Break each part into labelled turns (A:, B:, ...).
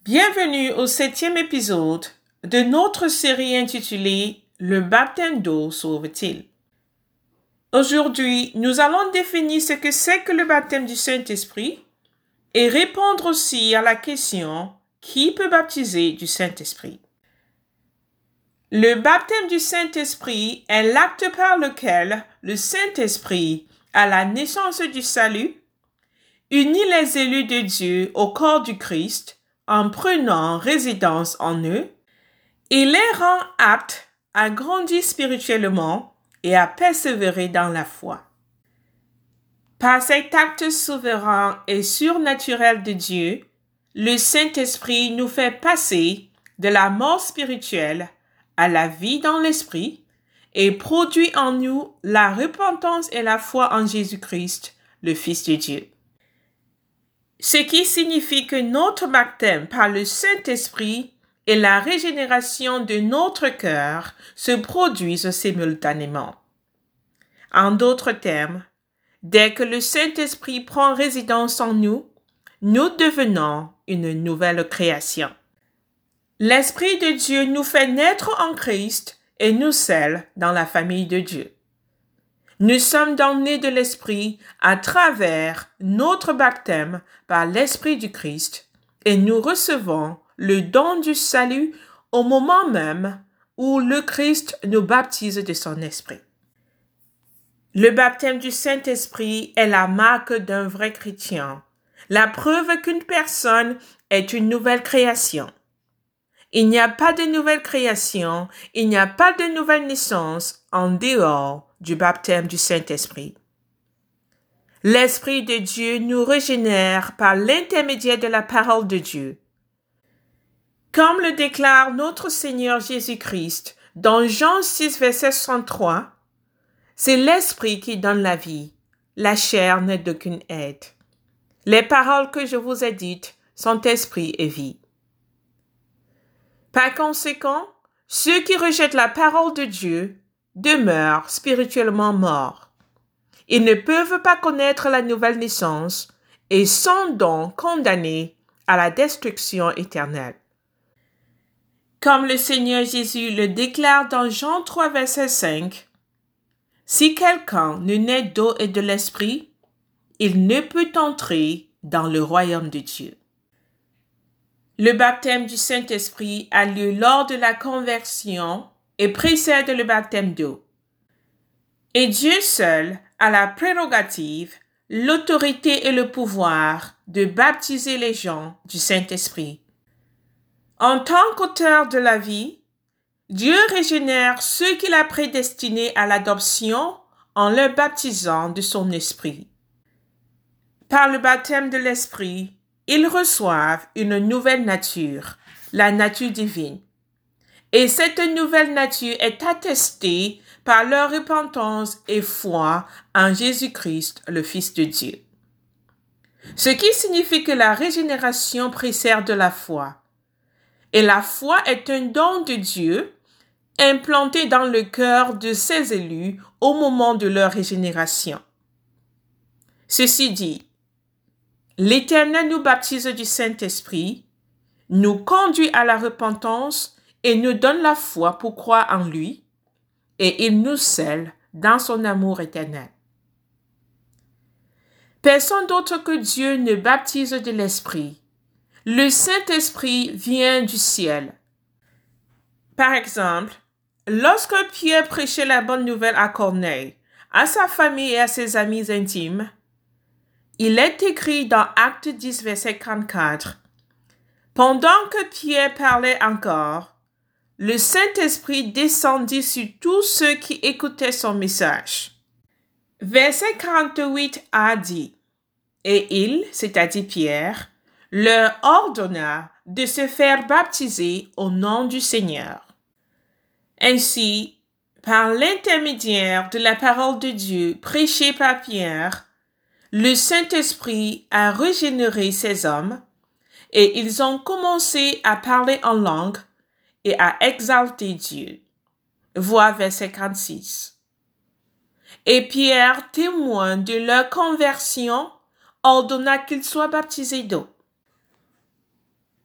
A: Bienvenue au 7e épisode de notre série intitulée Le baptême d'eau sauve-t-il? Aujourd'hui, nous allons définir ce que c'est que le baptême du Saint-Esprit et répondre aussi à la question qui peut baptiser du Saint-Esprit? Le baptême du Saint-Esprit est l'acte par lequel le Saint-Esprit, à la naissance du salut, unit les élus de Dieu au corps du Christ en prenant résidence en eux et les rend aptes à grandir spirituellement et à persévérer dans la foi. Par cet acte souverain et surnaturel de Dieu, le Saint-Esprit nous fait passer de la mort spirituelle à la vie dans l'Esprit et produit en nous la repentance et la foi en Jésus-Christ, le Fils de Dieu. Ce qui signifie que notre baptême par le Saint-Esprit et la régénération de notre cœur se produisent simultanément. En d'autres termes, dès que le Saint-Esprit prend résidence en nous, nous devenons une nouvelle création. L'Esprit de Dieu nous fait naître en Christ et nous scelle dans la famille de Dieu. Nous sommes donc nés de l'Esprit à travers notre baptême par l'Esprit du Christ et nous recevons le don du salut au moment même où le Christ nous baptise de son Esprit. Le baptême du Saint-Esprit est la marque d'un vrai chrétien, la preuve qu'une personne est une nouvelle création. Il n'y a pas de nouvelle création, il n'y a pas de nouvelle naissance en dehors du baptême du Saint-Esprit. L'Esprit de Dieu nous régénère par l'intermédiaire de la parole de Dieu. Comme le déclare notre Seigneur Jésus-Christ dans Jean 6, verset 63, c'est l'Esprit qui donne la vie, la chair n'est d'aucune aide. Les paroles que je vous ai dites sont esprit et vie. Par conséquent, ceux qui rejettent la parole de Dieu demeurent spirituellement morts. Ils ne peuvent pas connaître la nouvelle naissance et sont donc condamnés à la destruction éternelle. Comme le Seigneur Jésus le déclare dans Jean 3, verset 5, « Si quelqu'un ne naît d'eau et de l'Esprit, il ne peut entrer dans le royaume de Dieu. » Le baptême du Saint-Esprit a lieu lors de la conversion et précède le baptême d'eau. Et Dieu seul a la prérogative, l'autorité et le pouvoir de baptiser les gens du Saint-Esprit. En tant qu'auteur de la vie, Dieu régénère ceux qu'il a prédestinés à l'adoption en leur baptisant de son Esprit. Par le baptême de l'Esprit, ils reçoivent une nouvelle nature, la nature divine. Et cette nouvelle nature est attestée par leur repentance et foi en Jésus-Christ, le Fils de Dieu. Ce qui signifie que la régénération précède de la foi. Et la foi est un don de Dieu implanté dans le cœur de ses élus au moment de leur régénération. Ceci dit, l'Éternel nous baptise du Saint-Esprit, nous conduit à la repentance et nous donne la foi pour croire en lui, et il nous scelle dans son amour éternel. Personne d'autre que Dieu ne baptise de l'Esprit. Le Saint-Esprit vient du ciel. Par exemple, lorsque Pierre prêchait la bonne nouvelle à Corneille, à sa famille et à ses amis intimes, il est écrit dans Actes 10, verset 44, « Pendant que Pierre parlait encore, le Saint-Esprit descendit sur tous ceux qui écoutaient son message. » Verset 48 a dit, « Et il, c'est-à-dire Pierre, leur ordonna de se faire baptiser au nom du Seigneur. » Ainsi, par l'intermédiaire de la parole de Dieu prêchée par Pierre, le Saint-Esprit a régénéré ces hommes et ils ont commencé à parler en langue et à exalter Dieu. Vois verset 46. Et Pierre, témoin de leur conversion, ordonna qu'ils soient baptisés d'eau.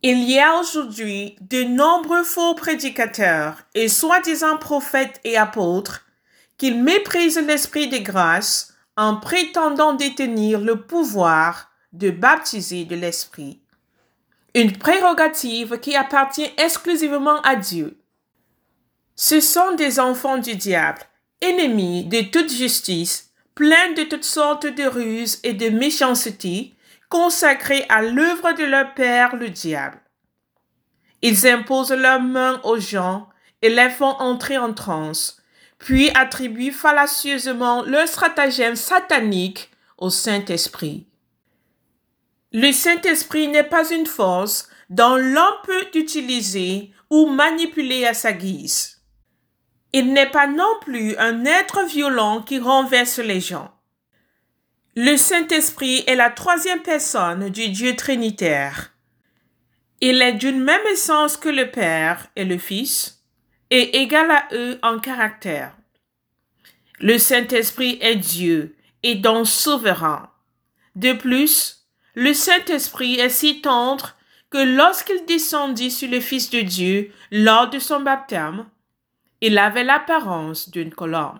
A: Il y a aujourd'hui de nombreux faux prédicateurs et soi-disant prophètes et apôtres qui méprisent l'esprit de grâce en prétendant détenir le pouvoir de baptiser de l'esprit, une prérogative qui appartient exclusivement à Dieu. Ce sont des enfants du diable, ennemis de toute justice, pleins de toutes sortes de ruses et de méchanceté, consacrés à l'œuvre de leur père, le diable. Ils imposent leurs mains aux gens et les font entrer en transe, puis attribuent fallacieusement leur stratagème satanique au Saint-Esprit. Le Saint-Esprit n'est pas une force dont l'homme peut utiliser ou manipuler à sa guise. Il n'est pas non plus un être violent qui renverse les gens. Le Saint-Esprit est la troisième personne du Dieu trinitaire. Il est d'une même essence que le Père et le Fils, et égal à eux en caractère. Le Saint-Esprit est Dieu et donc souverain. De plus, le Saint-Esprit est si tendre que lorsqu'il descendit sur le Fils de Dieu lors de son baptême, il avait l'apparence d'une colombe.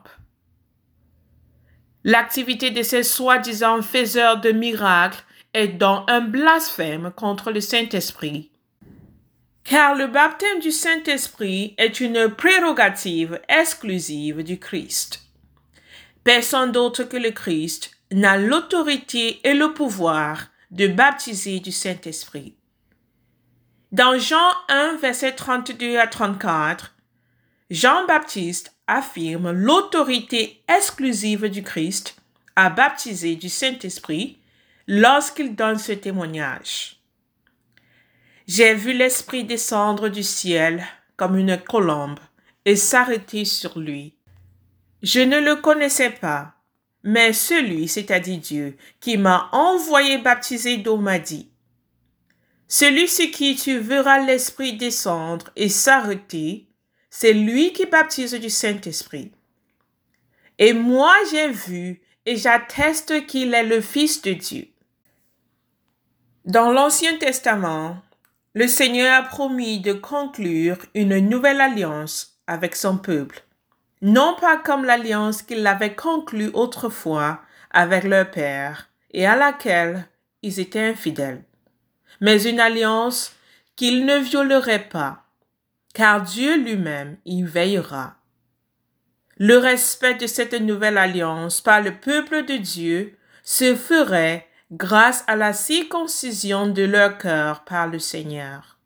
A: L'activité de ces soi-disant faiseurs de miracles est donc un blasphème contre le Saint-Esprit. Car le baptême du Saint-Esprit est une prérogative exclusive du Christ. Personne d'autre que le Christ n'a l'autorité et le pouvoir de baptiser du Saint-Esprit. Dans Jean 1, versets 32 à 34, Jean-Baptiste affirme l'autorité exclusive du Christ à baptiser du Saint-Esprit lorsqu'il donne ce témoignage. J'ai vu l'Esprit descendre du ciel comme une colombe et s'arrêter sur lui. Je ne le connaissais pas, mais celui, c'est-à-dire Dieu, qui m'a envoyé baptiser d'eau m'a dit, « Celui sur qui tu verras l'Esprit descendre et s'arrêter, c'est lui qui baptise du Saint-Esprit. Et moi j'ai vu et j'atteste qu'il est le Fils de Dieu. » Dans l'Ancien Testament, le Seigneur a promis de conclure une nouvelle alliance avec son peuple, non pas comme l'alliance qu'il avait conclue autrefois avec leur père et à laquelle ils étaient infidèles, mais une alliance qu'il ne violerait pas, car Dieu lui-même y veillera. Le respect de cette nouvelle alliance par le peuple de Dieu se ferait grâce à la circoncision de leur cœur par le Seigneur.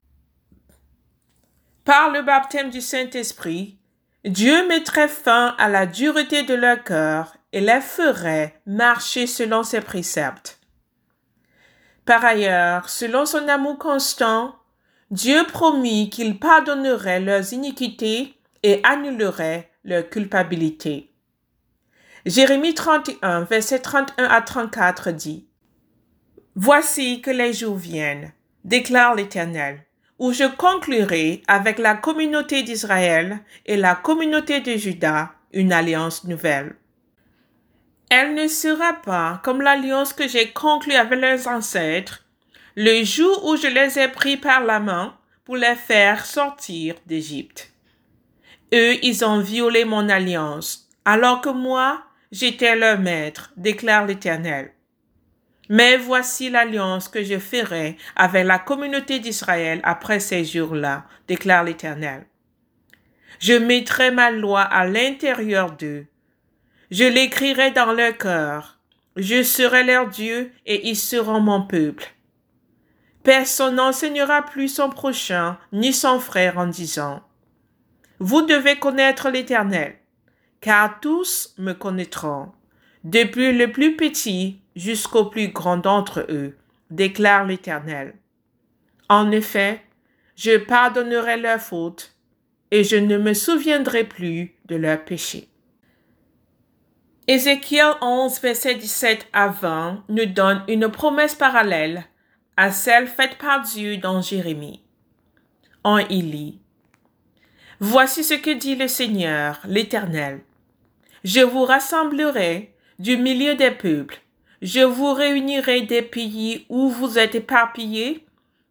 A: Par le baptême du Saint-Esprit, Dieu mettrait fin à la dureté de leur cœur et les ferait marcher selon ses préceptes. Par ailleurs, selon son amour constant, Dieu promit qu'il pardonnerait leurs iniquités et annulerait leur culpabilité. Jérémie 31, versets 31 à 34 dit, « Voici que les jours viennent, déclare l'Éternel, où je conclurai avec la communauté d'Israël et la communauté de Juda une alliance nouvelle. Elle ne sera pas comme l'alliance que j'ai conclue avec leurs ancêtres, le jour où je les ai pris par la main pour les faire sortir d'Égypte. Eux, ils ont violé mon alliance, alors que moi, j'étais leur maître, déclare l'Éternel. Mais voici l'alliance que je ferai avec la communauté d'Israël après ces jours-là, déclare l'Éternel. Je mettrai ma loi à l'intérieur d'eux. Je l'écrirai dans leur cœur. Je serai leur Dieu et ils seront mon peuple. Personne n'enseignera plus son prochain ni son frère en disant, « Vous devez connaître l'Éternel, car tous me connaîtront, depuis le plus petit jusqu'au plus grand d'entre eux, déclare l'Éternel. En effet, je pardonnerai leurs fautes et je ne me souviendrai plus de leurs péchés. » Ézéchiel 11, verset 17 à 20 nous donne une promesse parallèle à celle faite par Dieu dans Jérémie. On y lit, « Voici ce que dit le Seigneur, l'Éternel. Je vous rassemblerai du milieu des peuples. Je vous réunirai des pays où vous êtes éparpillés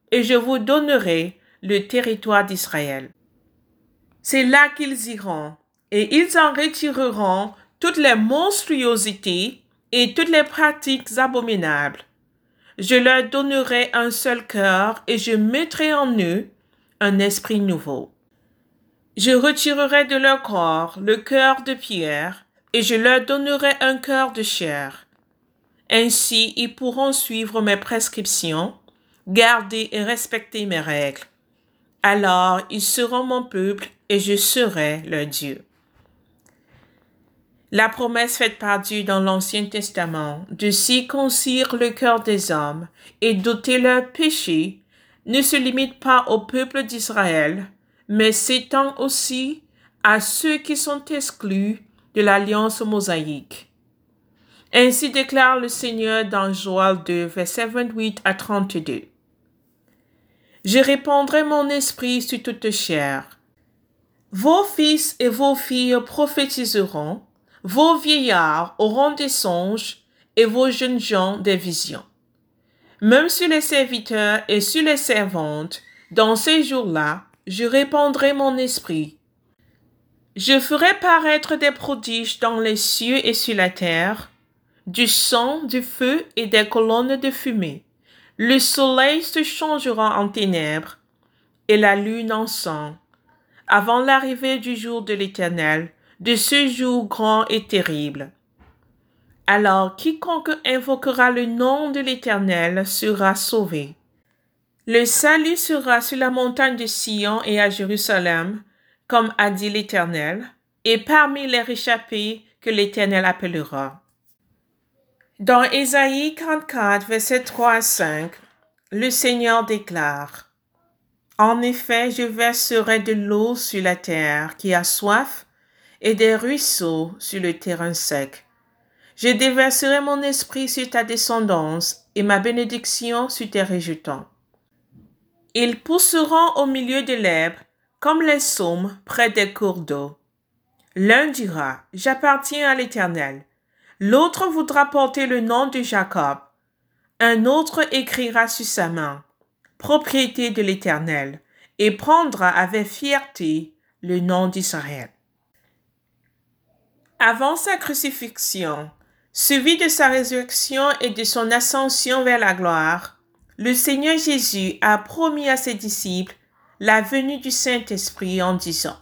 A: et je vous donnerai le territoire d'Israël. C'est là qu'ils iront, et ils en retireront toutes les monstruosités et toutes les pratiques abominables. Je leur donnerai un seul cœur et je mettrai en eux un esprit nouveau. Je retirerai de leur corps le cœur de pierre et je leur donnerai un cœur de chair. Ainsi, ils pourront suivre mes prescriptions, garder et respecter mes règles. Alors, ils seront mon peuple et je serai leur Dieu. La promesse faite par Dieu dans l'Ancien Testament de circoncire le cœur des hommes et d'ôter leurs péchés ne se limite pas au peuple d'Israël, mais s'étend aussi à ceux qui sont exclus de l'alliance mosaïque. Ainsi déclare le Seigneur dans Joël 2, versets 28 à 32. Je répandrai mon esprit sur toute chair. Vos fils et vos filles prophétiseront, vos vieillards auront des songes et vos jeunes gens des visions. Même sur les serviteurs et sur les servantes, dans ces jours-là, je répandrai mon esprit. Je ferai paraître des prodiges dans les cieux et sur la terre, du sang, du feu et des colonnes de fumée. Le soleil se changera en ténèbres et la lune en sang, avant l'arrivée du jour de l'Éternel, de ce jour grand et terrible. Alors quiconque invoquera le nom de l'Éternel sera sauvé. Le salut sera sur la montagne de Sion et à Jérusalem, comme a dit l'Éternel, et parmi les réchappés que l'Éternel appellera. Dans Ésaïe 44, versets 3 à 5, le Seigneur déclare: En effet, je verserai de l'eau sur la terre qui a soif et des ruisseaux sur le terrain sec. Je déverserai mon esprit sur ta descendance et ma bénédiction sur tes rejetants. Ils pousseront au milieu de l'herbe comme les saumes près des cours d'eau. L'un dira: J'appartiens à l'Éternel. L'autre voudra porter le nom de Jacob. Un autre écrira sur sa main: Propriété de l'Éternel, et prendra avec fierté le nom d'Israël. Avant sa crucifixion, suivi de sa résurrection et de son ascension vers la gloire, le Seigneur Jésus a promis à ses disciples la venue du Saint-Esprit en disant: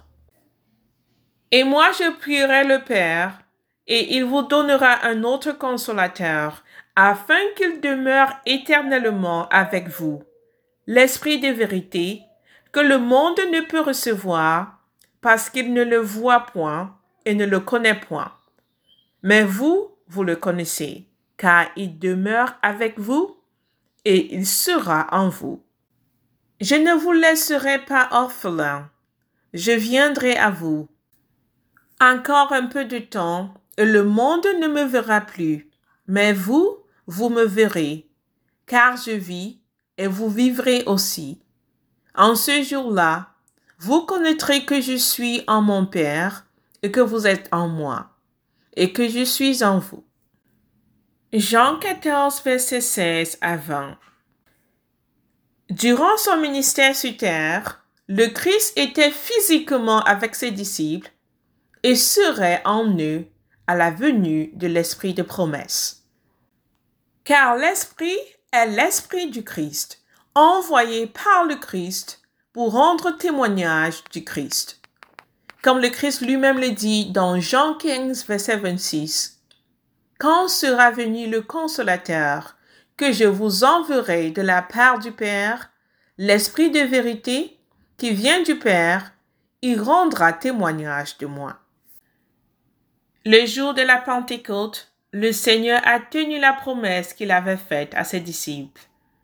A: Et moi je prierai le Père, et il vous donnera un autre consolateur, afin qu'il demeure éternellement avec vous, l'Esprit de vérité, que le monde ne peut recevoir, parce qu'il ne le voit point et ne le connaît point. Mais vous, vous le connaissez, car il demeure avec vous et il sera en vous. Je ne vous laisserai pas orphelins, je viendrai à vous. Encore un peu de temps, et le monde ne me verra plus, mais vous, vous me verrez, car je vis et vous vivrez aussi. En ce jour-là, vous connaîtrez que je suis en mon Père et que vous êtes en moi, et que je suis en vous. Jean 14, verset 16 à 20. Durant son ministère sur terre, le Christ était physiquement avec ses disciples et serait en eux à la venue de l'Esprit de promesse. Car l'Esprit est l'Esprit du Christ, envoyé par le Christ pour rendre témoignage du Christ. Comme le Christ lui-même le dit dans Jean 15, verset 26, « Quand sera venu le Consolateur, que je vous enverrai de la part du Père, l'Esprit de vérité, qui vient du Père, il rendra témoignage de moi. » Le jour de la Pentecôte, le Seigneur a tenu la promesse qu'il avait faite à ses disciples.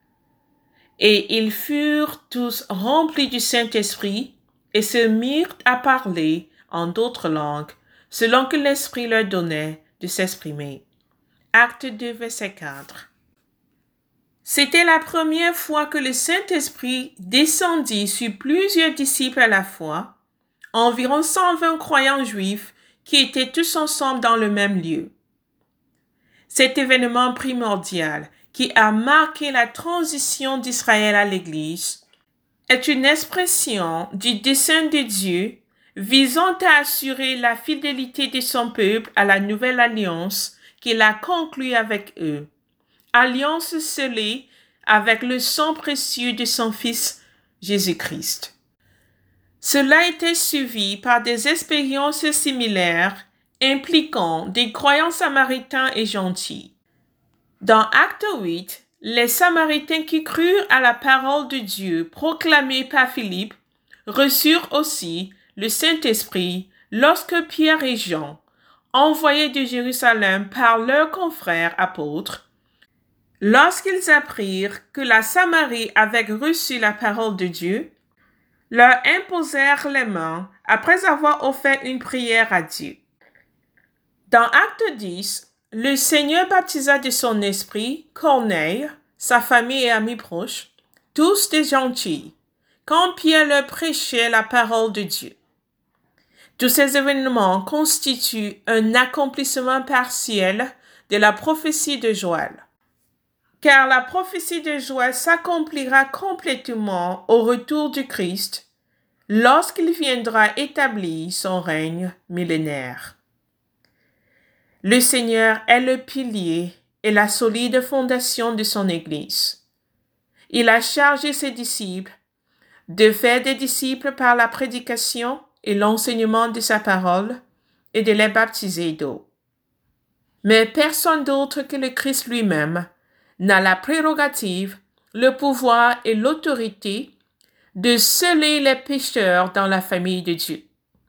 A: Et ils furent tous remplis du Saint-Esprit et se mirent à parler en d'autres langues, selon que l'Esprit leur donnait de s'exprimer. Acte 2, verset 4. C'était la première fois que le Saint-Esprit descendit sur plusieurs disciples à la fois, environ 120 croyants juifs qui étaient tous ensemble dans le même lieu. Cet événement primordial qui a marqué la transition d'Israël à l'Église, est une expression du dessein de Dieu visant à assurer la fidélité de son peuple à la nouvelle alliance qu'il a conclue avec eux, alliance scellée avec le sang précieux de son Fils Jésus-Christ. Cela était suivi par des expériences similaires impliquant des croyants samaritains et gentils. Dans Acte 8, les Samaritains qui crurent à la parole de Dieu proclamée par Philippe reçurent aussi le Saint-Esprit lorsque Pierre et Jean, envoyés de Jérusalem par leurs confrères apôtres, lorsqu'ils apprirent que la Samarie avait reçu la parole de Dieu, leur imposèrent les mains après avoir offert une prière à Dieu. Dans Acte 10, le Seigneur baptisa de son esprit Corneille, sa famille et amis proches, tous des gentils, quand Pierre leur prêchait la parole de Dieu. Tous ces événements constituent un accomplissement partiel de la prophétie de Joël. Car la prophétie de Joël s'accomplira complètement au retour du Christ, lorsqu'il viendra établir son règne millénaire. Le Seigneur est le pilier et la solide fondation de son Église. Il a chargé ses disciples de faire des disciples par la prédication et l'enseignement de sa parole et de les baptiser d'eau. Mais personne d'autre que le Christ lui-même n'a la prérogative, le pouvoir et l'autorité de sceller les pécheurs dans la famille de Dieu.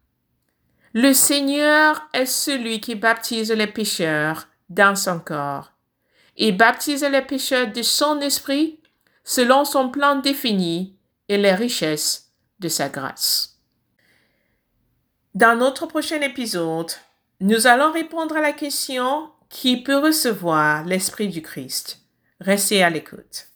A: Le Seigneur est celui qui baptise les pécheurs dans son corps et baptise les pécheurs de son esprit selon son plan défini et les richesses de sa grâce. Dans notre prochain épisode, nous allons répondre à la question: qui peut recevoir l'Esprit du Christ? Restez à l'écoute.